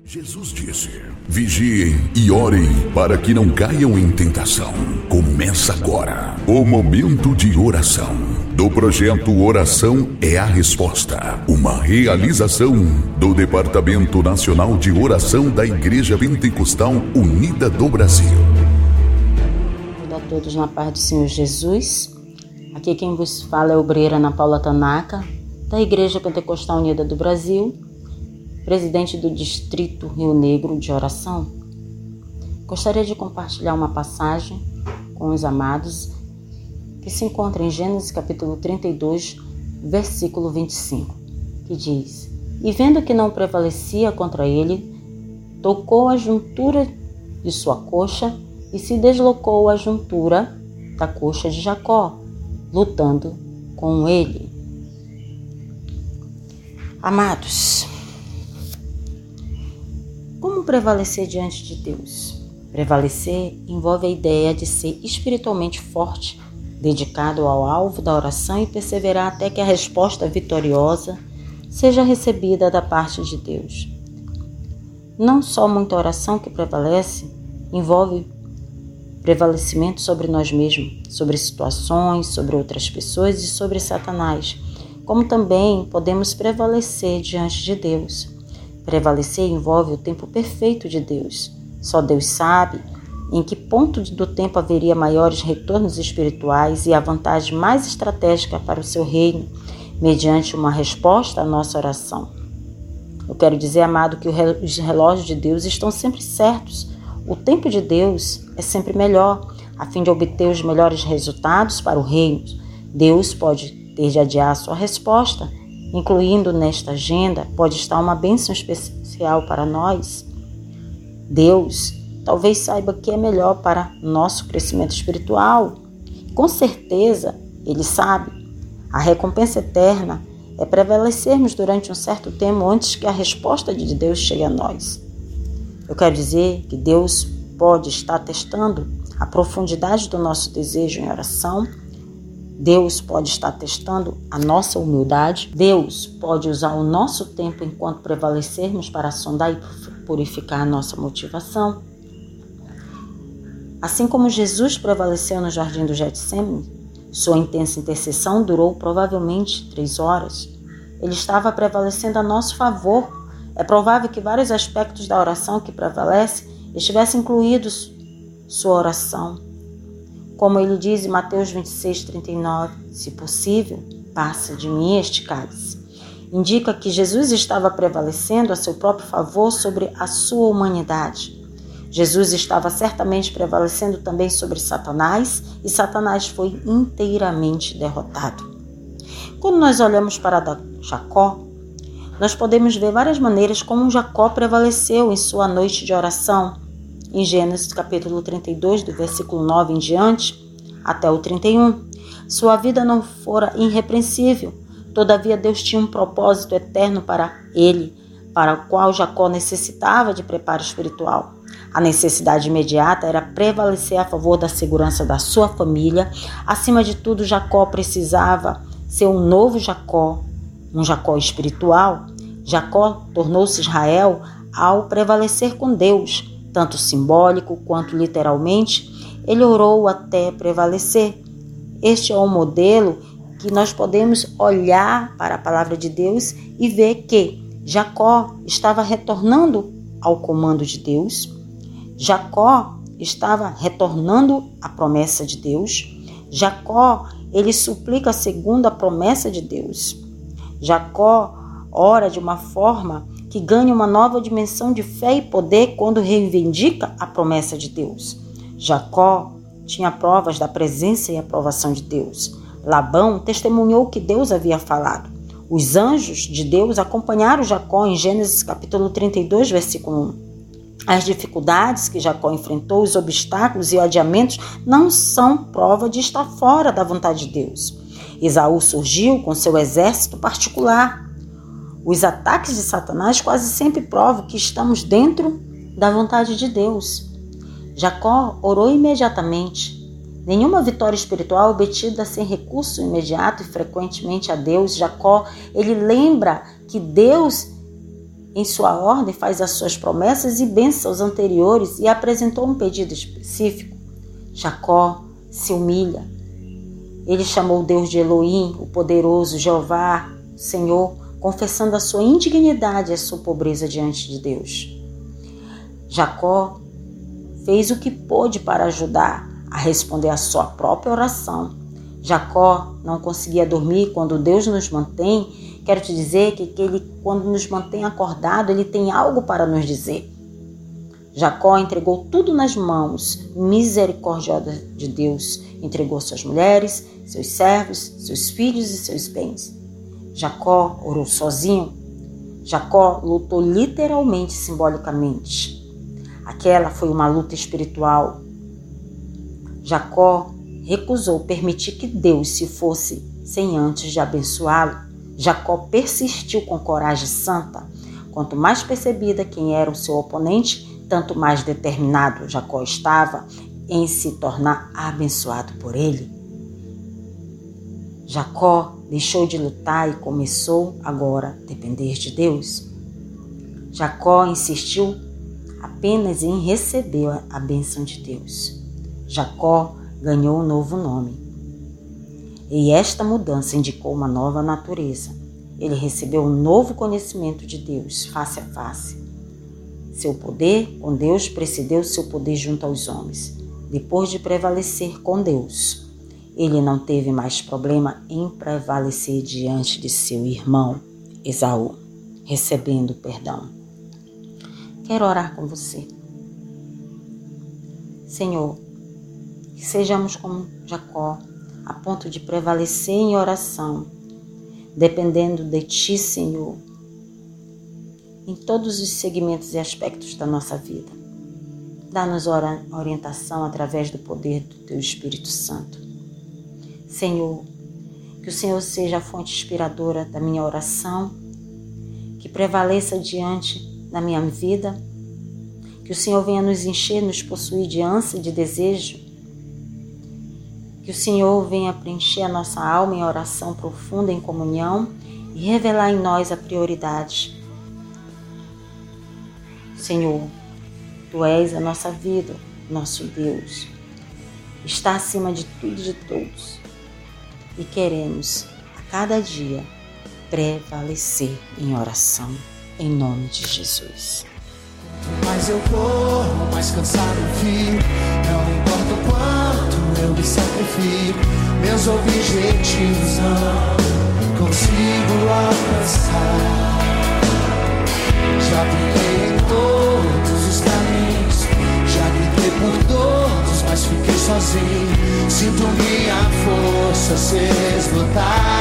Jesus disse: vigiem e orem para que não caiam em tentação. Começa agora o momento de oração do projeto Oração é a Resposta, uma realização do Departamento Nacional de Oração da Igreja Pentecostal Unida do Brasil. Olá a todos na paz do Senhor Jesus. Aqui quem vos fala é a obreira Ana Paula Tanaka, da Igreja Pentecostal Unida do Brasil, presidente do Distrito Rio Negro de Oração. Gostaria de compartilhar uma passagem com os amados que se encontra em Gênesis capítulo 32, versículo 25, que diz: E vendo que não prevalecia contra ele, tocou a juntura de sua coxa e se deslocou a juntura da coxa de Jacó, lutando com ele. Amados, como prevalecer diante de Deus? Prevalecer envolve a ideia de ser espiritualmente forte, dedicado ao alvo da oração e perseverar até que a resposta vitoriosa seja recebida da parte de Deus. Não só muita oração que prevalece, envolve prevalecimento sobre nós mesmos, sobre situações, sobre outras pessoas e sobre Satanás, como também podemos prevalecer diante de Deus. Prevalecer envolve o tempo perfeito de Deus. Só Deus sabe em que ponto do tempo haveria maiores retornos espirituais e a vantagem mais estratégica para o seu reino, mediante uma resposta à nossa oração. Eu quero dizer, amado, que os relógios de Deus estão sempre certos. O tempo de Deus é sempre melhor, a fim de obter os melhores resultados para o reino. Deus pode ter de adiar a sua resposta, incluindo nesta agenda, pode estar uma bênção especial para nós. Deus talvez saiba que é melhor para nosso crescimento espiritual. Com certeza, Ele sabe. A recompensa eterna é prevalecermos durante um certo tempo antes que a resposta de Deus chegue a nós. Eu quero dizer que Deus pode estar testando a profundidade do nosso desejo em oração. Deus pode estar testando a nossa humildade. Deus pode usar o nosso tempo enquanto prevalecermos para sondar e purificar a nossa motivação. Assim como Jesus prevaleceu no jardim do Getsêmani, sua intensa intercessão durou provavelmente 3 horas. Ele estava prevalecendo a nosso favor. É provável que vários aspectos da oração que prevalece estivessem incluídos sua oração. Como ele diz em Mateus 26:39, se possível, passa de mim este cálice. Indica que Jesus estava prevalecendo a seu próprio favor sobre a sua humanidade. Jesus estava certamente prevalecendo também sobre Satanás e Satanás foi inteiramente derrotado. Quando nós olhamos para Jacó, nós podemos ver várias maneiras como Jacó prevaleceu em sua noite de oração. Em Gênesis capítulo 32, do versículo 9 em diante, até o 31. Sua vida não fora irrepreensível, todavia Deus tinha um propósito eterno para ele, para o qual Jacó necessitava de preparo espiritual. A necessidade imediata era prevalecer a favor da segurança da sua família. Acima de tudo, Jacó precisava ser um novo Jacó, um Jacó espiritual. Jacó tornou-se Israel ao prevalecer com Deus, tanto simbólico quanto literalmente, ele orou até prevalecer. Este é um modelo que nós podemos olhar para a palavra de Deus e ver que Jacó estava retornando ao comando de Deus. Jacó estava retornando à promessa de Deus. Jacó, ele suplica segundo a promessa de Deus. Jacó ora de uma forma que ganha uma nova dimensão de fé e poder quando reivindica a promessa de Deus. Jacó tinha provas da presença e aprovação de Deus. Labão testemunhou que Deus havia falado. Os anjos de Deus acompanharam Jacó em Gênesis capítulo 32, versículo 1. As dificuldades que Jacó enfrentou, os obstáculos e adiamentos não são prova de estar fora da vontade de Deus. Esaú surgiu com seu exército particular. Os ataques de Satanás quase sempre provam que estamos dentro da vontade de Deus. Jacó orou imediatamente. Nenhuma vitória espiritual obtida sem recurso imediato e frequentemente a Deus. Jacó, ele lembra que Deus em sua ordem, faz as suas promessas e bênçãos anteriores e apresentou um pedido específico. Jacó se humilha. Ele chamou Deus de Elohim, o poderoso, Jeová, Senhor, confessando a sua indignidade e a sua pobreza diante de Deus. Jacó fez o que pôde para ajudar a responder a sua própria oração. Jacó não conseguia dormir quando Deus nos mantém. Quero te dizer que ele, quando nos mantém acordado, ele tem algo para nos dizer. Jacó entregou tudo nas mãos misericordiosas de Deus. Entregou suas mulheres, seus servos, seus filhos e seus bens. Jacó orou sozinho. Jacó lutou literalmente, simbolicamente. Aquela foi uma luta espiritual. Jacó recusou permitir que Deus se fosse sem antes de abençoá-lo. Jacó persistiu com coragem santa. Quanto mais percebida quem era o seu oponente, tanto mais determinado Jacó estava em se tornar abençoado por ele. Jacó deixou de lutar e começou agora a depender de Deus. Jacó insistiu apenas em receber a bênção de Deus. Jacó ganhou um novo nome. E esta mudança indicou uma nova natureza. Ele recebeu um novo conhecimento de Deus, face a face. Seu poder com Deus precedeu seu poder junto aos homens. Depois de prevalecer com Deus, ele não teve mais problema em prevalecer diante de seu irmão Esaú, recebendo perdão. Quero orar com você. Senhor, que sejamos como Jacó, a ponto de prevalecer em oração, dependendo de Ti, Senhor, em todos os segmentos e aspectos da nossa vida. Dá-nos orientação através do poder do Teu Espírito Santo. Senhor, que o Senhor seja a fonte inspiradora da minha oração, que prevaleça diante da minha vida, que o Senhor venha nos encher, nos possuir de ânsia e de desejo, que o Senhor venha preencher a nossa alma em oração profunda, em comunhão e revelar em nós a prioridade. Senhor, Tu és a nossa vida, nosso Deus. Está acima de tudo e de todos. E queremos, a cada dia, prevalecer em oração, em nome de Jesus. Quanto mais eu corro, mais cansado fico. Não importa o quanto eu me sacrifico, meus objetivos não consigo alcançar. Já tentei em todos os caminhos, já gritei por todos, mas fiquei sozinho. Sinto minha força se esgotar.